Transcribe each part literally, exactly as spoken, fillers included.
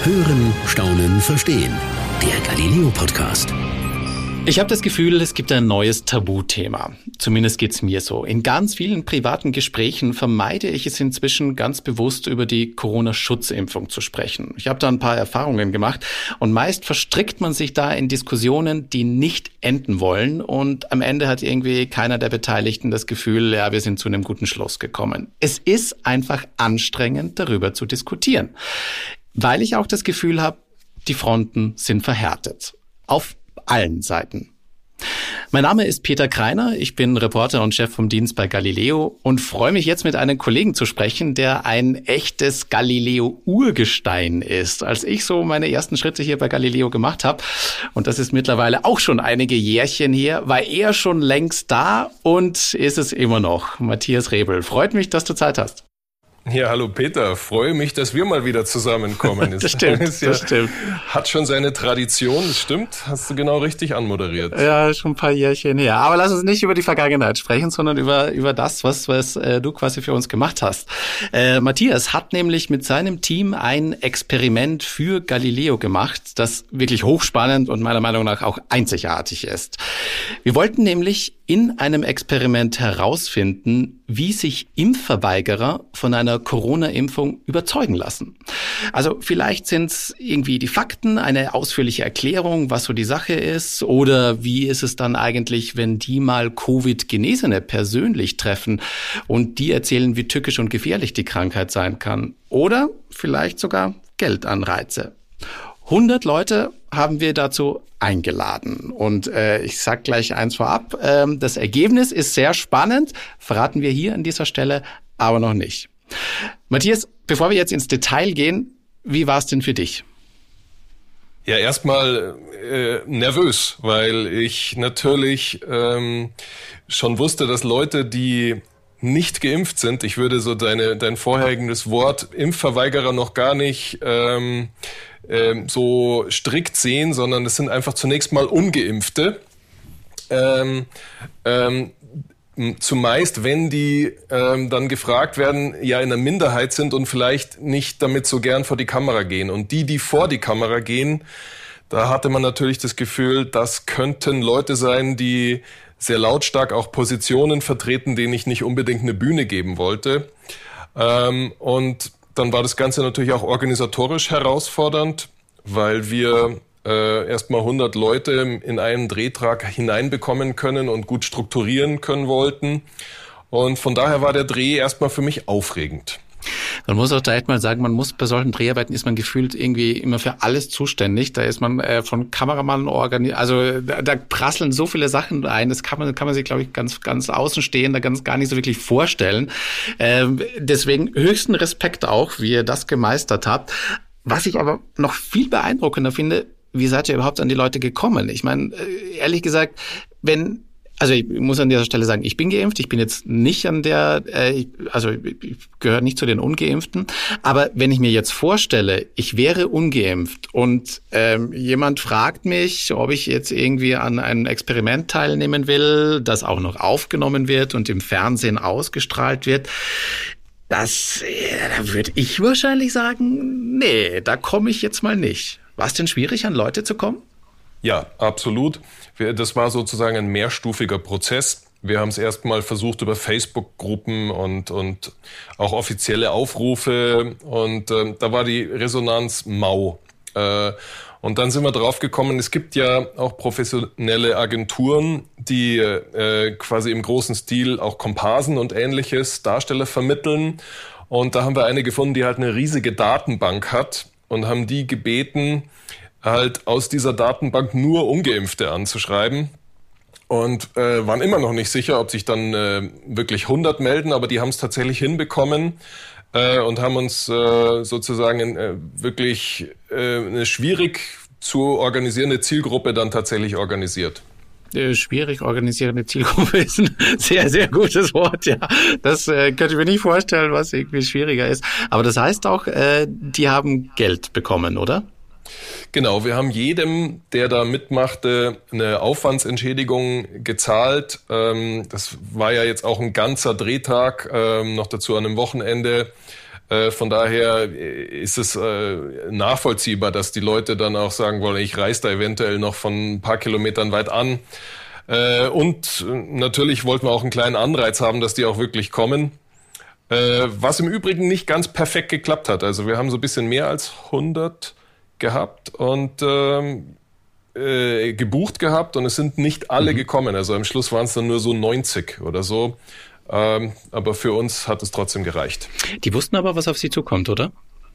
Hören, Staunen, Verstehen. Der Galileo Podcast. Ich habe das Gefühl, es gibt ein neues Tabuthema. Zumindest geht's mir so. In ganz vielen privaten Gesprächen vermeide ich es inzwischen ganz bewusst, über die Corona-Schutzimpfung zu sprechen. Ich habe da ein paar Erfahrungen gemacht und meist verstrickt man sich da in Diskussionen, die nicht enden wollen, und am Ende hat irgendwie keiner der Beteiligten das Gefühl, ja, wir sind zu einem guten Schluss gekommen. Es ist einfach anstrengend, darüber zu diskutieren, weil ich auch das Gefühl habe, die Fronten sind verhärtet. Auf allen Seiten. Mein Name ist Peter Kreiner, ich bin Reporter und Chef vom Dienst bei Galileo und freue mich jetzt mit einem Kollegen zu sprechen, der ein echtes Galileo-Urgestein ist. Als ich so meine ersten Schritte hier bei Galileo gemacht habe, und das ist mittlerweile auch schon einige Jährchen her, war er schon längst da und ist es immer noch. Matthias Rebel, freut mich, dass du Zeit hast. Ja, hallo Peter, freue mich, dass wir mal wieder zusammenkommen. Das stimmt, das, ja, das stimmt. Hat schon seine Tradition, das stimmt, hast du genau richtig anmoderiert. Ja, schon ein paar Jährchen her. Aber lass uns nicht über die Vergangenheit sprechen, sondern über über das, was was äh, du quasi für uns gemacht hast. Äh, Matthias hat nämlich mit seinem Team ein Experiment für Galileo gemacht, das wirklich hochspannend und meiner Meinung nach auch einzigartig ist. Wir wollten nämlich in einem Experiment herausfinden, wie sich Impfverweigerer von einer Corona-Impfung überzeugen lassen. Also vielleicht sind es irgendwie die Fakten, eine ausführliche Erklärung, was so die Sache ist, oder wie ist es dann eigentlich, wenn die mal Covid-Genesene persönlich treffen und die erzählen, wie tückisch und gefährlich die Krankheit sein kann. Oder vielleicht sogar Geldanreize. hundert Leute haben wir dazu eingeladen. Und äh, ich sag gleich eins vorab, ähm, das Ergebnis ist sehr spannend, verraten wir hier an dieser Stelle aber noch nicht. Matthias, bevor wir jetzt ins Detail gehen, wie war es denn für dich? Ja, erstmal äh, nervös, weil ich natürlich ähm, schon wusste, dass Leute, die nicht geimpft sind, ich würde so deine dein vorheriges Wort Impfverweigerer noch gar nicht ähm, ähm, so strikt sehen, sondern es sind einfach zunächst mal Ungeimpfte. Ähm, ähm, zumeist, wenn die ähm, dann gefragt werden, ja in der Minderheit sind und vielleicht nicht damit so gern vor die Kamera gehen. Und die, die vor die Kamera gehen, da hatte man natürlich das Gefühl, das könnten Leute sein, die sehr lautstark auch Positionen vertreten, denen ich nicht unbedingt eine Bühne geben wollte. Ähm, und dann war das Ganze natürlich auch organisatorisch herausfordernd, weil wir äh, erstmal hundert Leute in einen Drehtrag hineinbekommen können und gut strukturieren können wollten. Und von daher war der Dreh erstmal für mich aufregend. Man muss auch direkt mal sagen, man muss bei solchen Dreharbeiten ist man gefühlt irgendwie immer für alles zuständig. Da ist man äh, von Kameramann organisiert, also da, da prasseln so viele Sachen ein, das kann man kann man sich, glaube ich, ganz ganz außenstehend da ganz gar nicht so wirklich vorstellen. Ähm, deswegen höchsten Respekt auch, wie ihr das gemeistert habt. Was ich aber noch viel beeindruckender finde, wie seid ihr überhaupt an die Leute gekommen? Ich meine, ehrlich gesagt, wenn Also ich muss an dieser Stelle sagen, ich bin geimpft, ich bin jetzt nicht an der, äh, also ich gehöre nicht zu den Ungeimpften, aber wenn ich mir jetzt vorstelle, ich wäre ungeimpft und ähm, jemand fragt mich, ob ich jetzt irgendwie an einem Experiment teilnehmen will, das auch noch aufgenommen wird und im Fernsehen ausgestrahlt wird, das, äh, da würde ich wahrscheinlich sagen, nee, da komme ich jetzt mal nicht. War es denn schwierig, an Leute zu kommen? Ja, absolut. Das war sozusagen ein mehrstufiger Prozess. Wir haben es erstmal versucht über Facebook-Gruppen und und auch offizielle Aufrufe und äh, da war die Resonanz mau. Äh, und dann sind wir drauf gekommen, es gibt ja auch professionelle Agenturen, die äh, quasi im großen Stil auch Komparsen und ähnliches Darsteller vermitteln. Und da haben wir eine gefunden, die halt eine riesige Datenbank hat und haben die gebeten, halt aus dieser Datenbank nur Ungeimpfte anzuschreiben und äh, waren immer noch nicht sicher, ob sich dann äh, wirklich hundert melden, aber die haben es tatsächlich hinbekommen äh, und haben uns äh, sozusagen äh, wirklich äh, eine schwierig zu organisierende Zielgruppe dann tatsächlich organisiert. Schwierig organisierende Zielgruppe ist ein sehr, sehr gutes Wort, ja. Das äh, könnte ich mir nicht vorstellen, was irgendwie schwieriger ist. Aber das heißt auch, äh, die haben Geld bekommen, oder? Genau, wir haben jedem, der da mitmachte, eine Aufwandsentschädigung gezahlt. Das war ja jetzt auch ein ganzer Drehtag, noch dazu an einem Wochenende. Äh, von daher ist es äh, nachvollziehbar, dass die Leute dann auch sagen wollen, ich reise da eventuell noch von ein paar Kilometern weit an. Äh, und natürlich wollten wir auch einen kleinen Anreiz haben, dass die auch wirklich kommen. Äh, was im Übrigen nicht ganz perfekt geklappt hat. Also wir haben so ein bisschen mehr als hundert gehabt und ähm, äh, gebucht gehabt und es sind nicht alle mhm. gekommen. Also am Schluss waren es dann nur so neunzig oder so. Ähm, aber für uns hat es trotzdem gereicht. Die wussten aber, was auf sie zukommt, oder?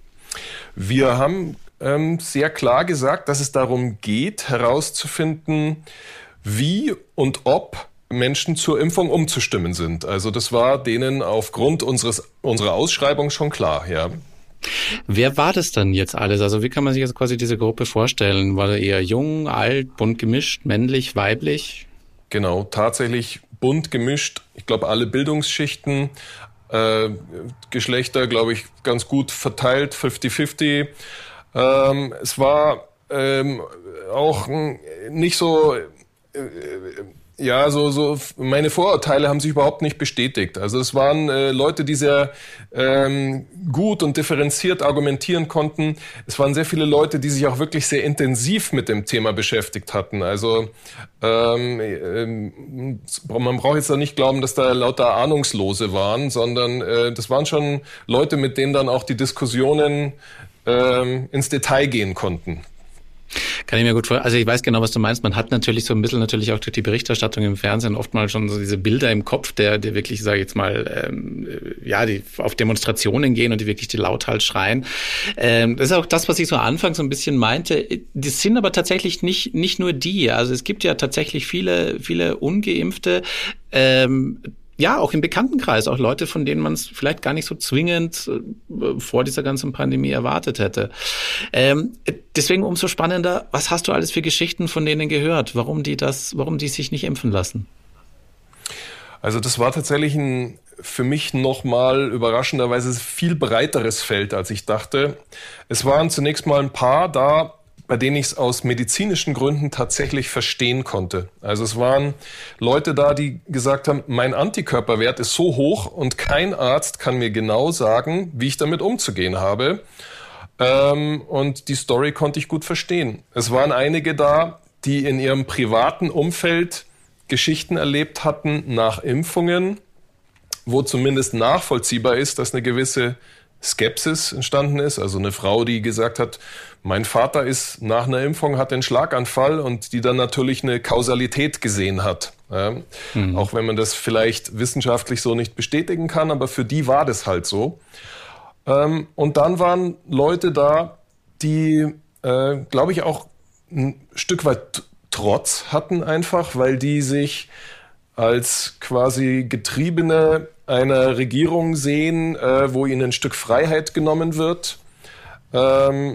Wir haben ähm, sehr klar gesagt, dass es darum geht, herauszufinden, wie und ob Menschen zur Impfung umzustimmen sind. Also das war denen aufgrund unseres unserer Ausschreibung schon klar, ja. Wer war das dann jetzt alles? Also wie kann man sich jetzt quasi diese Gruppe vorstellen? War er eher jung, alt, bunt gemischt, männlich, weiblich? Genau, tatsächlich bunt gemischt. Ich glaube, alle Bildungsschichten, äh, Geschlechter, glaube ich, ganz gut verteilt, fünfzig fünfzig. Ähm, es war ähm, auch nicht so... Äh, Ja, so, so, meine Vorurteile haben sich überhaupt nicht bestätigt. Also es waren äh, Leute, die sehr ähm, gut und differenziert argumentieren konnten. Es waren sehr viele Leute, die sich auch wirklich sehr intensiv mit dem Thema beschäftigt hatten. Also ähm, ähm, man braucht jetzt da nicht glauben, dass da lauter Ahnungslose waren, sondern äh, das waren schon Leute, mit denen dann auch die Diskussionen ähm, ins Detail gehen konnten. Kann ich mir gut vorstellen. Also ich weiß genau, was du meinst. Man hat natürlich so ein bisschen natürlich auch durch die Berichterstattung im Fernsehen oftmals schon so diese Bilder im Kopf, der, der wirklich, sage ich jetzt mal, ähm, ja, die auf Demonstrationen gehen und die wirklich die lauthals schreien. Ähm, das ist auch das, was ich so anfangs so ein bisschen meinte. Das sind aber tatsächlich nicht nicht nur die. Also es gibt ja tatsächlich viele viele Ungeimpfte. Ähm, Ja, auch im Bekanntenkreis, auch Leute, von denen man es vielleicht gar nicht so zwingend äh, vor dieser ganzen Pandemie erwartet hätte. Ähm, deswegen umso spannender, was hast du alles für Geschichten von denen gehört, warum die das, warum die sich nicht impfen lassen? Also das war tatsächlich ein für mich nochmal überraschenderweise viel breiteres Feld, als ich dachte. Es waren zunächst mal ein paar da, bei denen ich es aus medizinischen Gründen tatsächlich verstehen konnte. Also es waren Leute da, die gesagt haben, mein Antikörperwert ist so hoch und kein Arzt kann mir genau sagen, wie ich damit umzugehen habe. Ähm, und die Story konnte ich gut verstehen. Es waren einige da, die in ihrem privaten Umfeld Geschichten erlebt hatten nach Impfungen, wo zumindest nachvollziehbar ist, dass eine gewisse Skepsis entstanden ist. Also eine Frau, die gesagt hat, mein Vater ist nach einer Impfung, hat den Schlaganfall und die dann natürlich eine Kausalität gesehen hat. Ja, mhm. Auch wenn man das vielleicht wissenschaftlich so nicht bestätigen kann, aber für die war das halt so. Ähm, und dann waren Leute da, die, äh, glaube ich, auch ein Stück weit Trotz hatten einfach, weil die sich als quasi Getriebene einer Regierung sehen, äh, wo ihnen ein Stück Freiheit genommen wird. Ähm,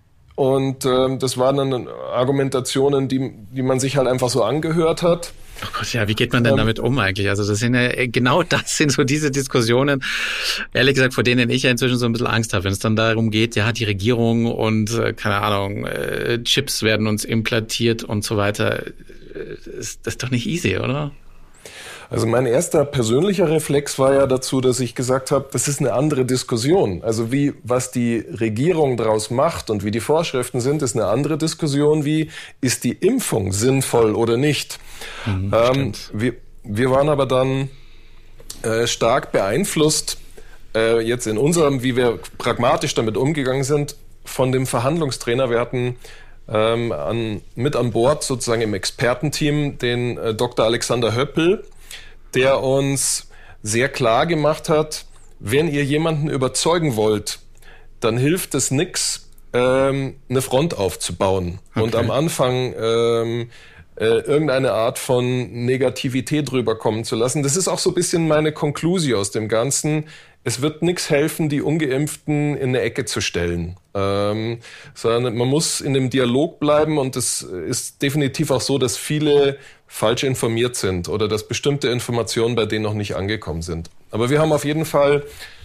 und ähm, das waren dann Argumentationen, die, die man sich halt einfach so angehört hat. Oh Gott, ja, wie geht man denn ähm, damit um eigentlich? Also das sind ja genau das sind so diese Diskussionen, ehrlich gesagt, vor denen ich ja inzwischen so ein bisschen Angst habe, wenn es dann darum geht, ja, die Regierung und äh, keine Ahnung, äh, Chips werden uns implantiert und so weiter. Das ist doch nicht easy, oder? Also mein erster persönlicher Reflex war ja dazu, dass ich gesagt habe, das ist eine andere Diskussion. Also wie, was die Regierung daraus macht und wie die Vorschriften sind, ist eine andere Diskussion wie, ist die Impfung sinnvoll oder nicht? Mhm, ähm, wir, wir waren aber dann äh, stark beeinflusst, äh, jetzt in unserem, wie wir pragmatisch damit umgegangen sind, von dem Verhandlungstrainer. Wir hatten ähm, an, mit an Bord sozusagen im Expertenteam den äh, Doktor Alexander Höppel, der uns sehr klar gemacht hat, wenn ihr jemanden überzeugen wollt, dann hilft es nix, ähm, eine Front aufzubauen okay. und am Anfang ähm, äh, irgendeine Art von Negativität rüberkommen zu lassen. Das ist auch so ein bisschen meine Konklusion aus dem Ganzen. Es wird nichts helfen, die Ungeimpften in eine Ecke zu stellen, ähm, sondern man muss in dem Dialog bleiben und es ist definitiv auch so, dass viele falsch informiert sind oder dass bestimmte Informationen bei denen noch nicht angekommen sind. Aber wir haben auf jeden Fall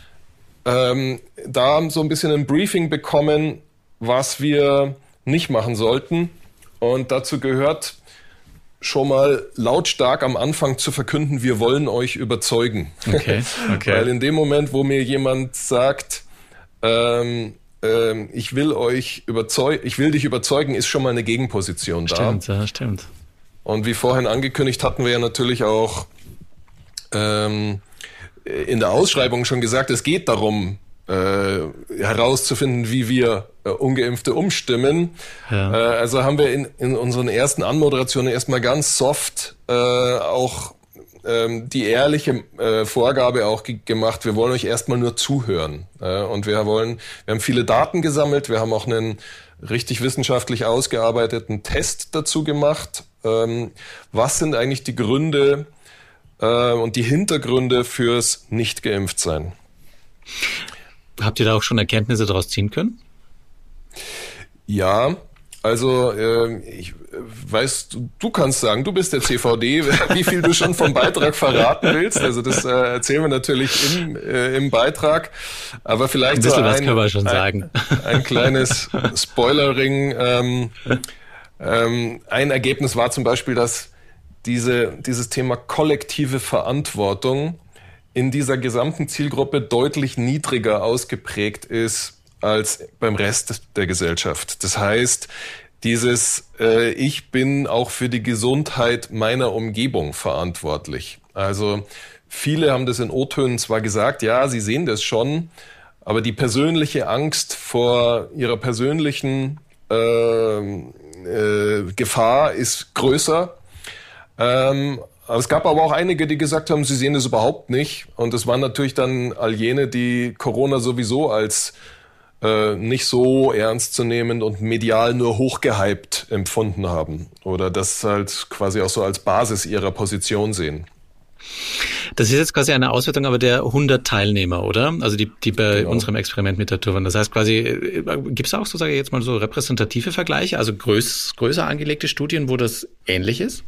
ähm, da so ein bisschen ein Briefing bekommen, was wir nicht machen sollten. Und dazu gehört schon mal lautstark am Anfang zu verkünden, wir wollen euch überzeugen. Okay, okay. Weil in dem Moment, wo mir jemand sagt, ähm, ähm, ich will euch überzeugen, ich will dich überzeugen, ist schon mal eine Gegenposition da. Stimmt, ja, stimmt. Und wie vorhin angekündigt, hatten wir ja natürlich auch ähm, in der Ausschreibung schon gesagt, es geht darum, äh, herauszufinden, wie wir äh, Ungeimpfte umstimmen. Ja. Äh, also haben wir in, in unseren ersten Anmoderationen erstmal ganz soft äh, auch ähm, die ehrliche äh, Vorgabe auch ge- gemacht, wir wollen euch erstmal nur zuhören. Äh, und wir wollen, wir haben viele Daten gesammelt, wir haben auch einen richtig wissenschaftlich ausgearbeiteten Test dazu gemacht. Ähm, was sind eigentlich die Gründe äh, und die Hintergründe fürs Nicht-Geimpft-Sein? Habt ihr da auch schon Erkenntnisse daraus ziehen können? Ja, also äh, ich weiß, du, du kannst sagen, du bist der C V D, wie viel du schon vom Beitrag verraten willst. Also das äh, erzählen wir natürlich im, äh, im Beitrag. Aber vielleicht ein bisschen so ein, was können wir schon ein, sagen. Ein kleines Spoilering. Ähm, ähm, ein Ergebnis war zum Beispiel, dass diese dieses Thema kollektive Verantwortung in dieser gesamten Zielgruppe deutlich niedriger ausgeprägt ist als beim Rest der Gesellschaft. Das heißt, dieses äh, ich bin auch für die Gesundheit meiner Umgebung verantwortlich. Also viele haben das in O-Tönen zwar gesagt, ja, sie sehen das schon, aber die persönliche Angst vor ihrer persönlichen äh, äh, Gefahr ist größer. Ähm, Aber es gab aber auch einige, die gesagt haben, sie sehen das überhaupt nicht. Und es waren natürlich dann all jene, die Corona sowieso als äh, nicht so ernstzunehmend und medial nur hochgehypt empfunden haben. Oder das halt quasi auch so als Basis ihrer Position sehen. Das ist jetzt quasi eine Auswertung aber der hundert Teilnehmer, oder? Also die, die bei Genau. unserem Experiment mit der Tour waren. Das heißt quasi, gibt es auch so, sage ich jetzt mal, so repräsentative Vergleiche, also größ, größer angelegte Studien, wo das ähnlich ist?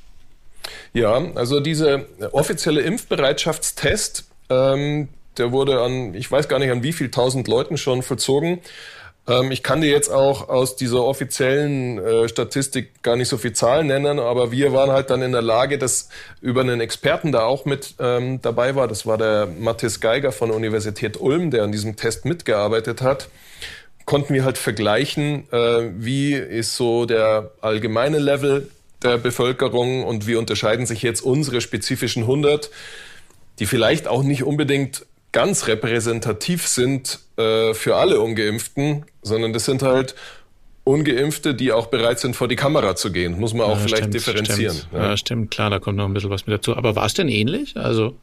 Ja, also diese offizielle Impfbereitschaftstest, ähm, der wurde an, ich weiß gar nicht an wie viel tausend Leuten schon vollzogen. Ähm, ich kann dir jetzt auch aus dieser offiziellen äh, Statistik gar nicht so viel Zahlen nennen, aber wir waren halt dann in der Lage, dass über einen Experten da auch mit ähm, dabei war, das war der Mathis Geiger von der Universität Ulm, der an diesem Test mitgearbeitet hat, konnten wir halt vergleichen, äh, wie ist so der allgemeine Level der Bevölkerung und wie unterscheiden sich jetzt unsere spezifischen hundert, die vielleicht auch nicht unbedingt ganz repräsentativ sind äh, für alle Ungeimpften, sondern das sind halt Ungeimpfte, die auch bereit sind, vor die Kamera zu gehen. Muss man auch ja, vielleicht stimmt, differenzieren. Stimmt. Ja. ja, stimmt, klar, da kommt noch ein bisschen was mit dazu. Aber war es denn ähnlich? Also,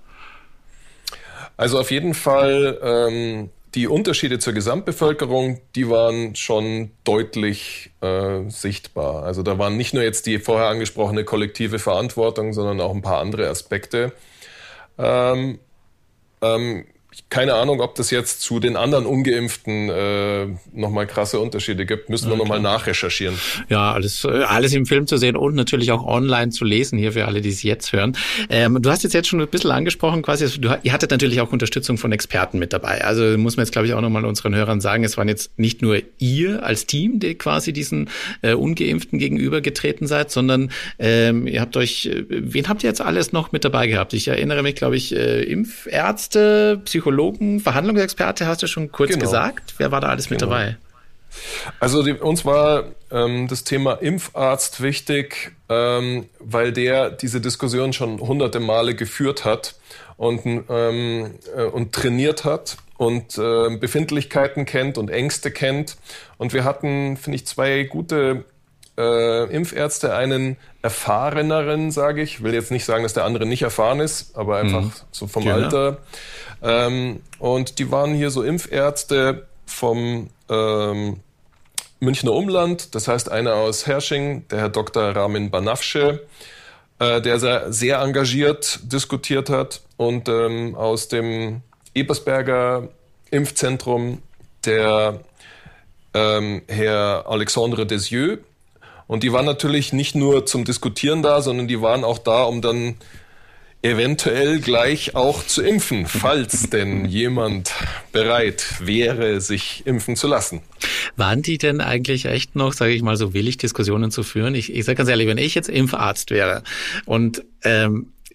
also auf jeden Fall ähm, die Unterschiede zur Gesamtbevölkerung, die waren schon deutlich äh, sichtbar. Also da waren nicht nur jetzt die vorher angesprochene kollektive Verantwortung, sondern auch ein paar andere Aspekte. Ähm, ähm, keine Ahnung, ob das jetzt zu den anderen Ungeimpften äh, nochmal krasse Unterschiede gibt. Müssen wir ja, nochmal nachrecherchieren. Ja, alles, alles im Film zu sehen und natürlich auch online zu lesen, hier für alle, die es jetzt hören. Ähm, du hast jetzt jetzt schon ein bisschen angesprochen, quasi, du, ihr hattet natürlich auch Unterstützung von Experten mit dabei. Also muss man jetzt, glaube ich, auch nochmal unseren Hörern sagen, es waren jetzt nicht nur ihr als Team, die quasi diesen äh, Ungeimpften gegenübergetreten seid, sondern ähm, ihr habt euch, äh, wen habt ihr jetzt alles noch mit dabei gehabt? Ich erinnere mich, glaube ich, äh, Impfärzte, Psychologen, Verhandlungsexperte, hast du schon kurz genau. gesagt. Wer war da alles mit genau. dabei? Also die, uns war ähm, das Thema Impfarzt wichtig, ähm, weil der diese Diskussion schon hunderte Male geführt hat und, ähm, äh, und trainiert hat und äh, Befindlichkeiten kennt und Ängste kennt. Und wir hatten, finde ich, zwei gute äh, Impfärzte, einen erfahreneren, sage ich. Ich will jetzt nicht sagen, dass der andere nicht erfahren ist, aber einfach mhm. so vom ja. Alter. Ähm, und die waren hier so Impfärzte vom ähm, Münchner Umland, das heißt einer aus Herrsching, der Herr Doktor Ramin Banafsche, äh, der sehr, sehr engagiert diskutiert hat, und ähm, aus dem Ebersberger Impfzentrum der ähm, Herr Alexandre Desieux. Und die waren natürlich nicht nur zum Diskutieren da, sondern die waren auch da, um dann eventuell gleich auch zu impfen, falls denn jemand bereit wäre, sich impfen zu lassen. Waren die denn eigentlich echt noch, sage ich mal, so willig, Diskussionen zu führen? Ich, ich sage ganz ehrlich, wenn ich jetzt Impfarzt wäre und ähm,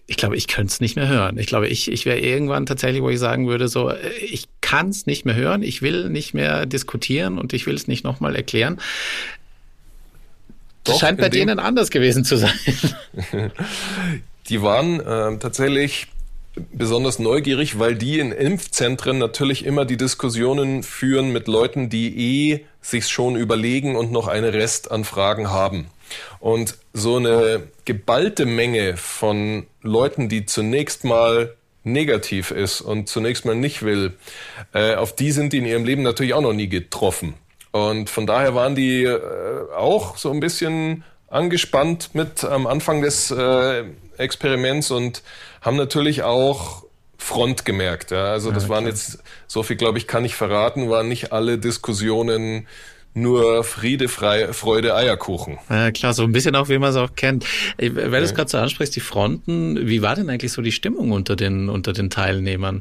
ich glaube, ich könnte es nicht mehr hören. Ich glaube, ich, ich wäre irgendwann tatsächlich, wo ich sagen würde, so, ich kann es nicht mehr hören, ich will nicht mehr diskutieren und ich will es nicht nochmal erklären. Das Doch, scheint bei denen anders gewesen zu sein. Die waren äh, tatsächlich besonders neugierig, weil die in Impfzentren natürlich immer die Diskussionen führen mit Leuten, die eh sich's schon überlegen und noch eine Rest an Fragen haben. Und so eine geballte Menge von Leuten, die zunächst mal negativ ist und zunächst mal nicht will, äh, auf die sind die in ihrem Leben natürlich auch noch nie getroffen. Und von daher waren die äh, auch so ein bisschen angespannt mit am Anfang des äh, Experiments und haben natürlich auch Front gemerkt. Ja. Also das ja, waren jetzt, so viel glaube ich kann ich verraten, waren nicht alle Diskussionen nur Friede, Frei, Freude, Eierkuchen. Ja klar, so ein bisschen auch, wie man es auch kennt. Wenn du es gerade so ansprichst, die Fronten, wie war denn eigentlich so die Stimmung unter den, unter den Teilnehmern?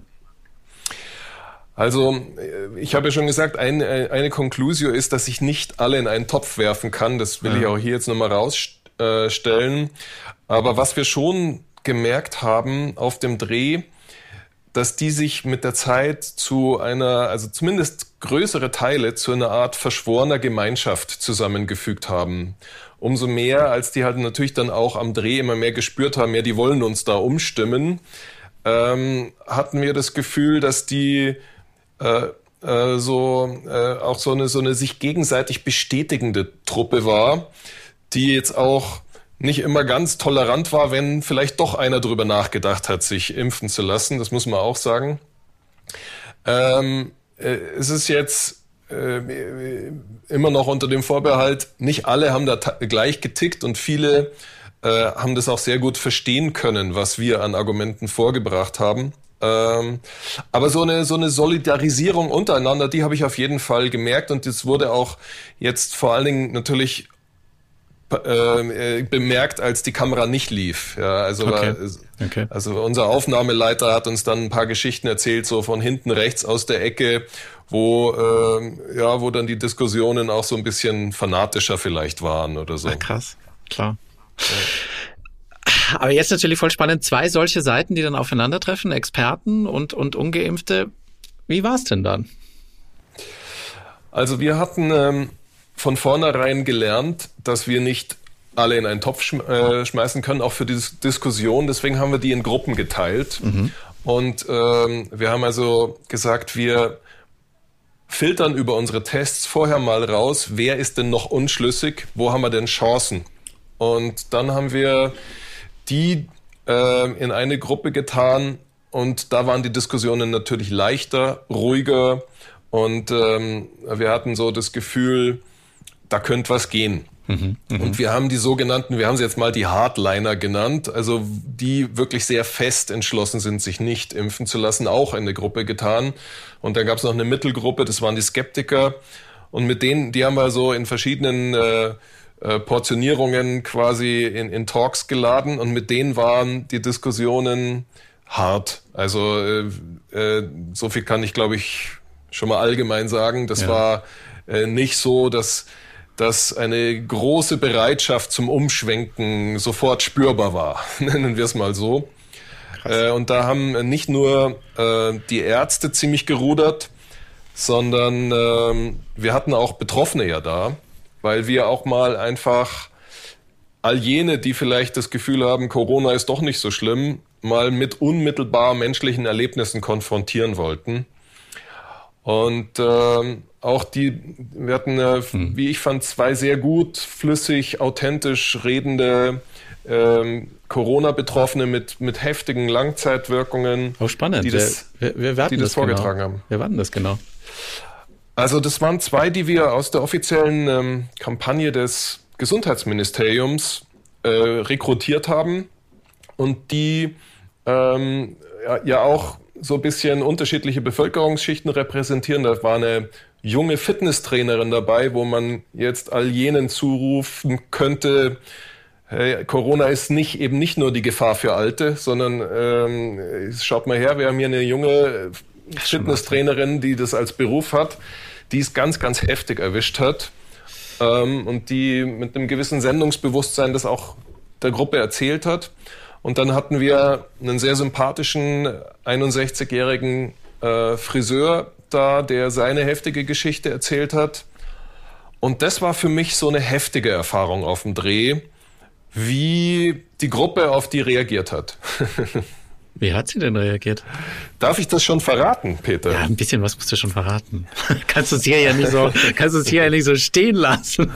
Also, ich habe ja schon gesagt, eine, eine Conclusio ist, dass ich nicht alle in einen Topf werfen kann. Das will ja. ich auch hier jetzt nochmal rausstellen. Aber was wir schon gemerkt haben auf dem Dreh, dass die sich mit der Zeit zu einer, also zumindest größere Teile, zu einer Art verschworener Gemeinschaft zusammengefügt haben. Umso mehr, als die halt natürlich dann auch am Dreh immer mehr gespürt haben, ja, die wollen uns da umstimmen, ähm, hatten wir das Gefühl, dass die Äh, äh, so äh, auch so eine so eine sich gegenseitig bestätigende Truppe war, die jetzt auch nicht immer ganz tolerant war, wenn vielleicht doch einer drüber nachgedacht hat, sich impfen zu lassen. Das muss man auch sagen. Ähm, äh, es ist jetzt äh, immer noch unter dem Vorbehalt, nicht alle haben da ta- gleich getickt und viele äh, haben das auch sehr gut verstehen können, was wir an Argumenten vorgebracht haben. Ähm, aber so eine so eine Solidarisierung untereinander, die habe ich auf jeden Fall gemerkt und das wurde auch jetzt vor allen Dingen natürlich äh, bemerkt, als die Kamera nicht lief. Ja, also okay. War, okay. also unser Aufnahmeleiter hat uns dann ein paar Geschichten erzählt, so von hinten rechts aus der Ecke, wo äh, ja wo dann die Diskussionen auch so ein bisschen fanatischer vielleicht waren oder so. Ach, krass, klar. Ja. Aber jetzt natürlich voll spannend, zwei solche Seiten, die dann aufeinandertreffen, Experten und, und Ungeimpfte. Wie war es denn dann? Also wir hatten ähm, von vornherein gelernt, dass wir nicht alle in einen Topf schm- äh, schmeißen können, auch für die Diskussion. Deswegen haben wir die in Gruppen geteilt. Mhm. Und ähm, wir haben also gesagt, wir filtern über unsere Tests vorher mal raus, wer ist denn noch unschlüssig, wo haben wir denn Chancen? Und dann haben wir die äh, in eine Gruppe getan und da waren die Diskussionen natürlich leichter, ruhiger und ähm, wir hatten so das Gefühl, da könnte was gehen. Mhm, und wir haben die sogenannten, wir haben sie jetzt mal die Hardliner genannt, also die wirklich sehr fest entschlossen sind, sich nicht impfen zu lassen, auch in eine Gruppe getan. Und dann gab es noch eine Mittelgruppe, das waren die Skeptiker und mit denen, die haben wir so in verschiedenen äh, Portionierungen quasi in, in Talks geladen und mit denen waren die Diskussionen hart. Also äh, äh, so viel kann ich, glaube ich, schon mal allgemein sagen. Das ja. war äh, nicht so, dass, dass eine große Bereitschaft zum Umschwenken sofort spürbar war, nennen wir es mal so. Äh, und da haben nicht nur äh, die Ärzte ziemlich gerudert, sondern äh, wir hatten auch Betroffene ja da, weil wir auch mal einfach all jene, die vielleicht das Gefühl haben, Corona ist doch nicht so schlimm, mal mit unmittelbar menschlichen Erlebnissen konfrontieren wollten. Und äh, auch die, wir hatten, äh, hm. wie ich fand, zwei sehr gut, flüssig, authentisch redende äh, Corona-Betroffene mit, mit heftigen Langzeitwirkungen. Oh, spannend. Die das, wer, wer, wer die das, das vorgetragen genau? haben. Wer war denn das genau? Also das waren zwei, die wir aus der offiziellen ähm, Kampagne des Gesundheitsministeriums äh, rekrutiert haben und die ähm, ja, ja auch so ein bisschen unterschiedliche Bevölkerungsschichten repräsentieren. Da war eine junge Fitnesstrainerin dabei, wo man jetzt all jenen zurufen könnte, hey, Corona ist nicht eben nicht nur die Gefahr für Alte, sondern ähm, schaut mal her, wir haben hier eine junge Fitnesstrainerin, die das als Beruf hat, die es ganz, ganz heftig erwischt hat ähm, und die mit einem gewissen Sendungsbewusstsein das auch der Gruppe erzählt hat. Und dann hatten wir einen sehr sympathischen einundsechzigjährigen äh, Friseur da, der seine heftige Geschichte erzählt hat. Und das war für mich so eine heftige Erfahrung auf dem Dreh, wie die Gruppe auf die reagiert hat. Wie hat sie denn reagiert? Darf ich das schon verraten, Peter? Ja, ein bisschen was musst du schon verraten. kannst du es hier ja nicht so, kannst du es hier ja nicht so stehen lassen.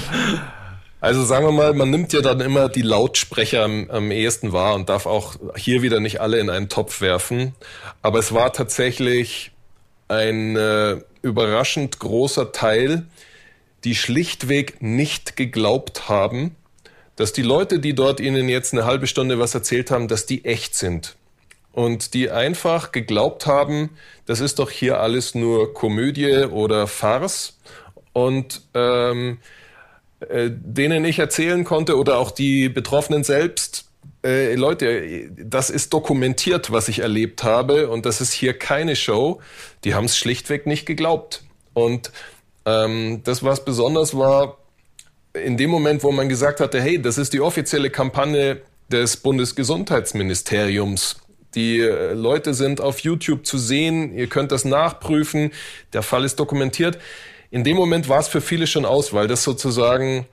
Also sagen wir mal, man nimmt ja dann immer die Lautsprecher am, am ehesten wahr und darf auch hier wieder nicht alle in einen Topf werfen. Aber es war tatsächlich ein äh, überraschend großer Teil, die schlichtweg nicht geglaubt haben, dass die Leute, die dort ihnen jetzt eine halbe Stunde was erzählt haben, dass die echt sind. Und die einfach geglaubt haben, das ist doch hier alles nur Komödie oder Farce. Und ähm, äh, denen ich erzählen konnte oder auch die Betroffenen selbst, äh, Leute, das ist dokumentiert, was ich erlebt habe und das ist hier keine Show. Die haben es schlichtweg nicht geglaubt. Und ähm, das, was besonders war, in dem Moment, wo man gesagt hatte, hey, das ist die offizielle Kampagne des Bundesgesundheitsministeriums. Die äh, Leute sind auf YouTube zu sehen, ihr könnt das nachprüfen, der Fall ist dokumentiert. In dem Moment war es für viele schon aus, weil das sozusagen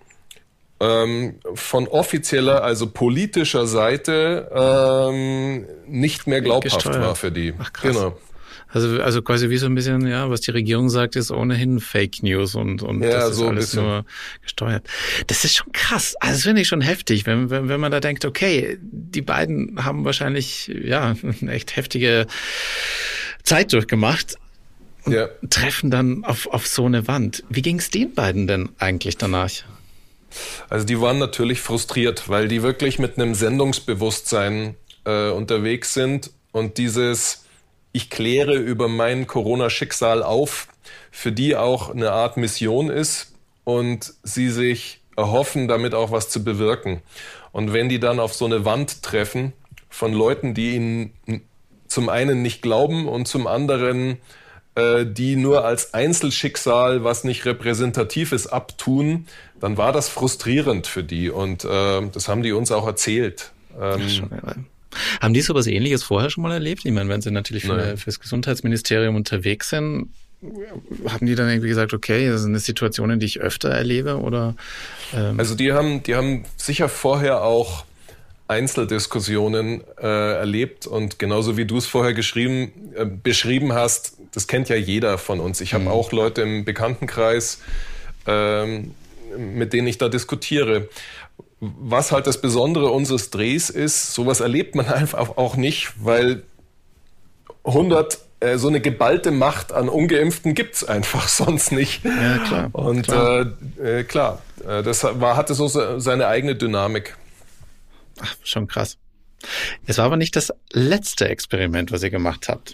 ähm, von offizieller, also politischer Seite ähm, nicht mehr glaubhaft Gesteuert. war für die. Ach, krass. Genau. Also, also quasi wie so ein bisschen, ja, was die Regierung sagt, ist ohnehin Fake News und, und ja, das ist so alles nur gesteuert. Das ist schon krass. Also das finde ich schon heftig, wenn, wenn, wenn man da denkt, okay, die beiden haben wahrscheinlich, ja, eine echt heftige Zeit durchgemacht und ja. treffen dann auf, auf so eine Wand. Wie ging es den beiden denn eigentlich danach? Also die waren natürlich frustriert, weil die wirklich mit einem Sendungsbewusstsein äh, unterwegs sind und dieses ich kläre über mein Corona-Schicksal auf, für die auch eine Art Mission ist und sie sich erhoffen, damit auch was zu bewirken. Und wenn die dann auf so eine Wand treffen von Leuten, die ihnen zum einen nicht glauben und zum anderen äh, die nur als Einzelschicksal, was nicht repräsentativ ist, abtun, dann war das frustrierend für die und äh, das haben die uns auch erzählt. Ähm, Ach, schon, ja. Haben die sowas Ähnliches vorher schon mal erlebt? Ich meine, wenn sie natürlich für, fürs Gesundheitsministerium unterwegs sind, haben die dann irgendwie gesagt, okay, das sind Situationen, die ich öfter erlebe? Oder? Ähm also die haben, die haben sicher vorher auch Einzeldiskussionen äh, erlebt und genauso wie du es vorher geschrieben, äh, beschrieben hast, das kennt ja jeder von uns. Ich habe mhm. auch Leute im Bekanntenkreis, ähm, mit denen ich da diskutiere. Was halt das Besondere unseres Drehs ist, sowas erlebt man einfach auch nicht, weil hundert, äh, so eine geballte Macht an Ungeimpften gibt's einfach sonst nicht. Ja, klar. Und klar, äh, äh, klar äh, das war, hatte so seine eigene Dynamik. Ach, schon krass. Es war aber nicht das letzte Experiment, was ihr gemacht habt.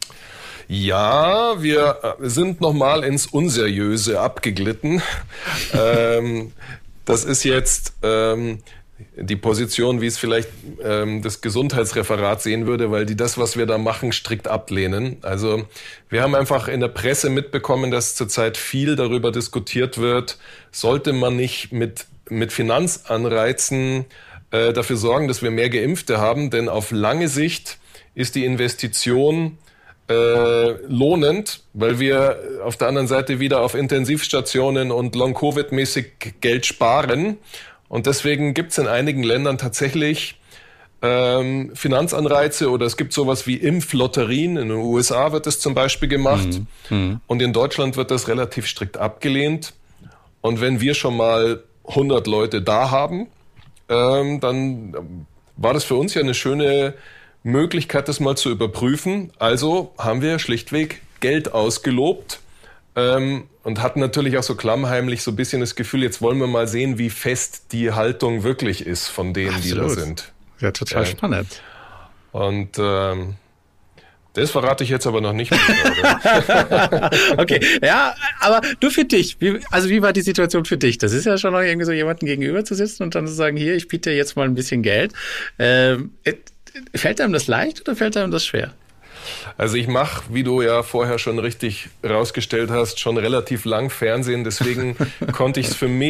Ja, wir sind nochmal ins Unseriöse abgeglitten. ähm, Das ist jetzt ähm, die Position, wie es vielleicht ähm, das Gesundheitsreferat sehen würde, weil die das, was wir da machen, strikt ablehnen. Also wir haben einfach in der Presse mitbekommen, dass zurzeit viel darüber diskutiert wird, sollte man nicht mit, mit Finanzanreizen äh, dafür sorgen, dass wir mehr Geimpfte haben, denn auf lange Sicht ist die Investition Äh, lohnend, weil wir auf der anderen Seite wieder auf Intensivstationen und Long-Covid-mäßig Geld sparen. Und deswegen gibt es in einigen Ländern tatsächlich ähm, Finanzanreize oder es gibt sowas wie Impflotterien. In den U S A wird das zum Beispiel gemacht mhm. und in Deutschland wird das relativ strikt abgelehnt. Und wenn wir schon mal hundert Leute da haben, ähm, dann war das für uns ja eine schöne Möglichkeit, das mal zu überprüfen. Also haben wir schlichtweg Geld ausgelobt ähm, und hatten natürlich auch so klammheimlich so ein bisschen das Gefühl, jetzt wollen wir mal sehen, wie fest die Haltung wirklich ist von denen, Absolut. die da sind. Ja, total äh, spannend. Und ähm, das verrate ich jetzt aber noch nicht mehr. Okay, ja, aber du für dich, wie, also wie war die Situation für dich? Das ist ja schon noch irgendwie so jemanden gegenüber zu sitzen und dann zu sagen, hier, ich biete dir jetzt mal ein bisschen Geld. Ähm, Fällt einem das leicht oder fällt einem das schwer? Also ich mache, wie du ja vorher schon richtig rausgestellt hast, schon relativ lang Fernsehen. Deswegen konnte ich es für mich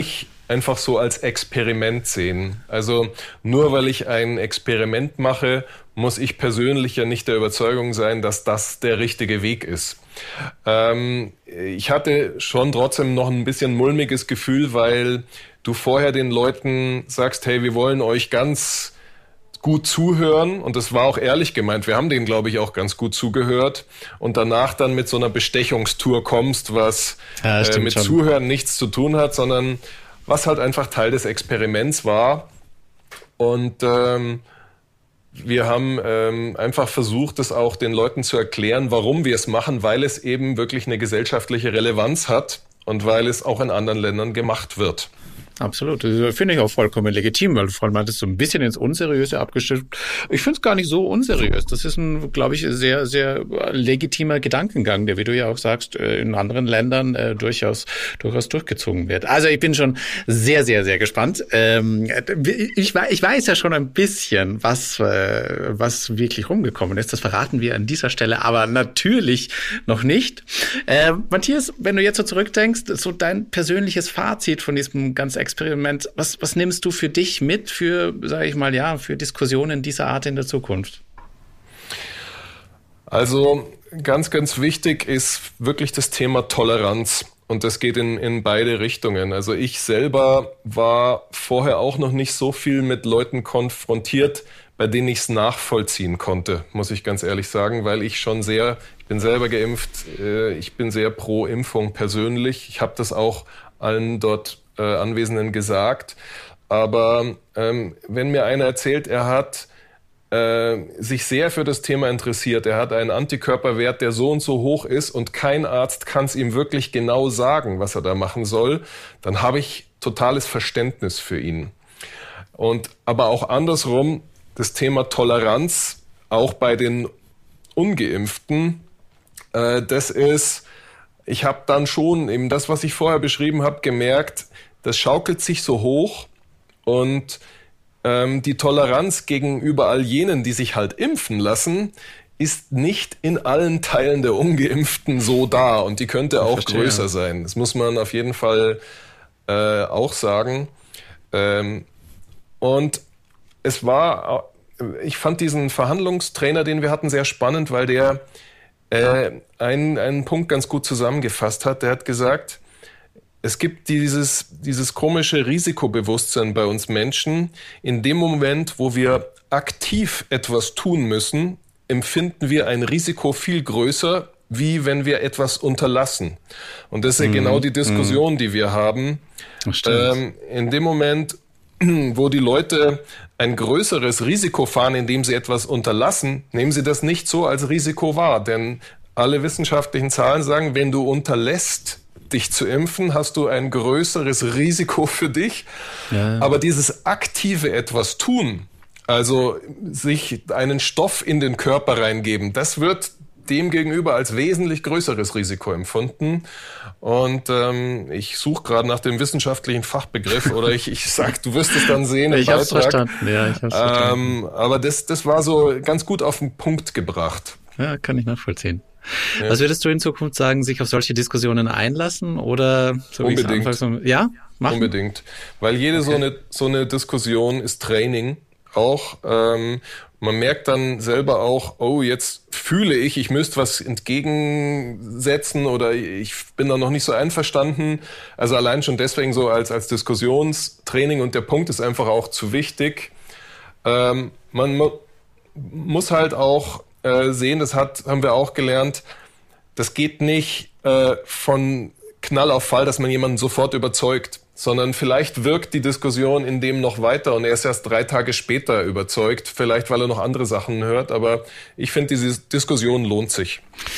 einfach so als Experiment sehen. Also nur weil ich ein Experiment mache, muss ich persönlich ja nicht der Überzeugung sein, dass das der richtige Weg ist. Ähm, ich hatte schon trotzdem noch ein bisschen mulmiges Gefühl, weil du vorher den Leuten sagst, hey, wir wollen euch ganz gut zuhören, und das war auch ehrlich gemeint. Wir haben denen, glaube ich, auch ganz gut zugehört, und danach dann mit so einer Bestechungstour kommst, was ja, äh, mit schon. Zuhören nichts zu tun hat, sondern was halt einfach Teil des Experiments war. Und ähm, wir haben ähm, einfach versucht, das auch den Leuten zu erklären, warum wir es machen, weil es eben wirklich eine gesellschaftliche Relevanz hat und weil es auch in anderen Ländern gemacht wird. Absolut. Das finde ich auch vollkommen legitim, weil du vor allem hattest so ein bisschen ins Unseriöse abgestimmt. Ich finde es gar nicht so unseriös. Das ist ein, glaube ich, sehr, sehr legitimer Gedankengang, der, wie du ja auch sagst, in anderen Ländern äh, durchaus, durchaus durchgezogen wird. Also ich bin schon sehr, sehr, sehr gespannt. Ähm, ich, ich weiß ja schon ein bisschen, was, äh, was wirklich rumgekommen ist. Das verraten wir an dieser Stelle aber natürlich noch nicht. Äh, Matthias, wenn du jetzt so zurückdenkst, so dein persönliches Fazit von diesem ganz Experiment. Was, was nimmst du für dich mit für, sage ich mal, ja, für Diskussionen dieser Art in der Zukunft? Also ganz, ganz wichtig ist wirklich das Thema Toleranz. Und das geht in, in beide Richtungen. Also ich selber war vorher auch noch nicht so viel mit Leuten konfrontiert, bei denen ich es nachvollziehen konnte, muss ich ganz ehrlich sagen, weil ich schon sehr, ich bin selber geimpft, äh, ich bin sehr pro Impfung persönlich. Ich habe das auch allen dort äh, Anwesenden gesagt. Aber ähm, wenn mir einer erzählt, er hat äh, sich sehr für das Thema interessiert, er hat einen Antikörperwert, der so und so hoch ist und kein Arzt kann es ihm wirklich genau sagen, was er da machen soll, dann habe ich totales Verständnis für ihn. Und aber auch andersrum, das Thema Toleranz, auch bei den Ungeimpften, äh, das ist, ich habe dann schon eben das, was ich vorher beschrieben habe, gemerkt, das schaukelt sich so hoch und ähm, die Toleranz gegenüber all jenen, die sich halt impfen lassen, ist nicht in allen Teilen der Ungeimpften so da und die könnte auch Verstehe. größer sein. Das muss man auf jeden Fall äh, auch sagen. Ähm, und es war, ich fand diesen Verhandlungstrainer, den wir hatten, sehr spannend, weil der äh, einen, einen Punkt ganz gut zusammengefasst hat. Der hat gesagt, es gibt dieses, dieses komische Risikobewusstsein bei uns Menschen. In dem Moment, wo wir aktiv etwas tun müssen, empfinden wir ein Risiko viel größer, wie wenn wir etwas unterlassen. Und das ist ja mhm. genau die Diskussion, mhm. die wir haben. Ähm, in dem Moment, wo die Leute ein größeres Risiko fahren, indem sie etwas unterlassen, nehmen sie das nicht so als Risiko wahr. Denn alle wissenschaftlichen Zahlen sagen, wenn du unterlässt, dich zu impfen, hast du ein größeres Risiko für dich. Ja. Aber dieses aktive etwas tun, also sich einen Stoff in den Körper reingeben, das wird demgegenüber als wesentlich größeres Risiko empfunden. Und ähm, ich suche gerade nach dem wissenschaftlichen Fachbegriff oder ich, ich sag, du wirst es dann sehen im ich Beitrag. Hab's verstanden. Ja, ich hab's verstanden. Ähm, aber das, das war so ganz gut auf den Punkt gebracht. Ja, kann ich nachvollziehen. Ja. Was würdest du in Zukunft sagen, sich auf solche Diskussionen einlassen oder so wie Unbedingt. Ich so, ja, machen? Unbedingt. Weil jede okay. so eine so eine Diskussion ist Training auch. Ähm, man merkt dann selber auch, oh, jetzt fühle ich, ich müsste was entgegensetzen oder ich bin da noch nicht so einverstanden. Also allein schon deswegen so als als Diskussionstraining und der Punkt ist einfach auch zu wichtig. Ähm, man mu- muss halt auch äh, sehen, das hat haben wir auch gelernt, das geht nicht äh, von Knall auf Fall, dass man jemanden sofort überzeugt, sondern vielleicht wirkt die Diskussion in dem noch weiter und er ist erst drei Tage später überzeugt, vielleicht weil er noch andere Sachen hört, aber ich finde, diese Diskussion lohnt sich.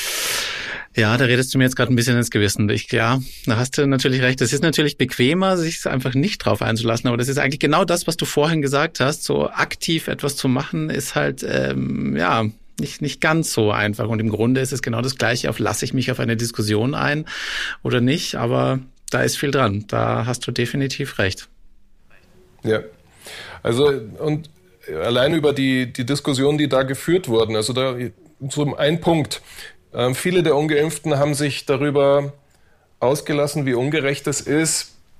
Ja, da redest du mir jetzt gerade ein bisschen ins Gewissen. Ich, ja, da hast du natürlich recht. Es ist natürlich bequemer, sich einfach nicht drauf einzulassen, aber das ist eigentlich genau das, was du vorhin gesagt hast. So aktiv etwas zu machen, ist halt, ähm, ja, nicht nicht ganz so einfach. Und im Grunde ist es genau das Gleiche, auf lasse ich mich auf eine Diskussion ein oder nicht, aber da ist viel dran. Da hast du definitiv recht. Ja, also und allein über die die Diskussionen, die da geführt wurden, also da so ein Punkt. Ähm, viele der Ungeimpften haben sich darüber ausgelassen, wie ungerecht es ist,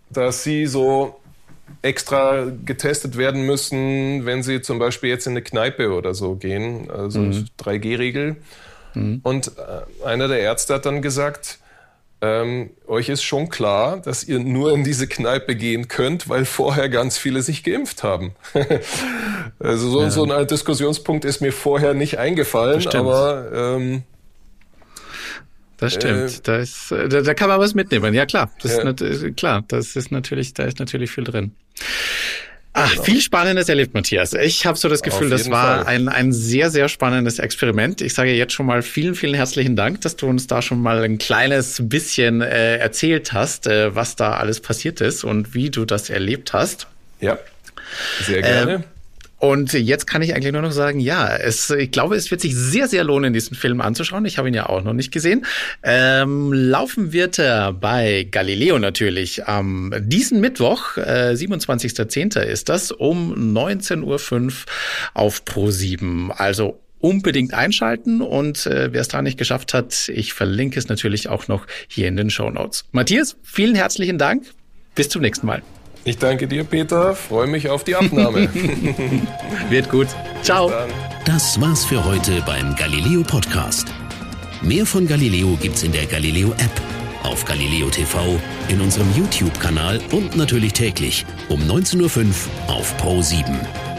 dass sie so extra getestet werden müssen, wenn sie zum Beispiel jetzt in eine Kneipe oder so gehen, also mhm. drei G Regel. Mhm. Und äh, einer der Ärzte hat dann gesagt, ähm, euch ist schon klar, dass ihr nur in diese Kneipe gehen könnt, weil vorher ganz viele sich geimpft haben. Also so, ja. so ein Diskussionspunkt ist mir vorher nicht eingefallen, aber ähm, das stimmt. Äh, da ist, da, da kann man was mitnehmen. Ja klar, das ja. ist klar. Das ist natürlich, da ist natürlich viel drin. Ach, genau. Viel Spannendes erlebt, Matthias. Ich habe so das Gefühl, das war ein, ein sehr, sehr spannendes Experiment. Ich sage jetzt schon mal vielen, vielen herzlichen Dank, dass du uns da schon mal ein kleines bisschen äh, erzählt hast, äh, was da alles passiert ist und wie du das erlebt hast. Ja, sehr gerne. Äh, Und jetzt kann ich eigentlich nur noch sagen, ja, es, ich glaube, es wird sich sehr, sehr lohnen, diesen Film anzuschauen. Ich habe ihn ja auch noch nicht gesehen. Ähm, laufen wird er bei Galileo natürlich am diesen Mittwoch, äh, siebenundzwanzigster zehnter ist das, um neunzehn Uhr fünf auf Pro sieben. Also unbedingt einschalten und äh, wer es da nicht geschafft hat, ich verlinke es natürlich auch noch hier in den Shownotes. Matthias, vielen herzlichen Dank. Bis zum nächsten Mal. Ich danke dir, Peter. Freue mich auf die Abnahme. Wird gut. Ciao. Das war's für heute beim Galileo Podcast. Mehr von Galileo gibt's in der Galileo App, auf Galileo T V, in unserem YouTube-Kanal und natürlich täglich um neunzehn Uhr fünf auf Pro sieben.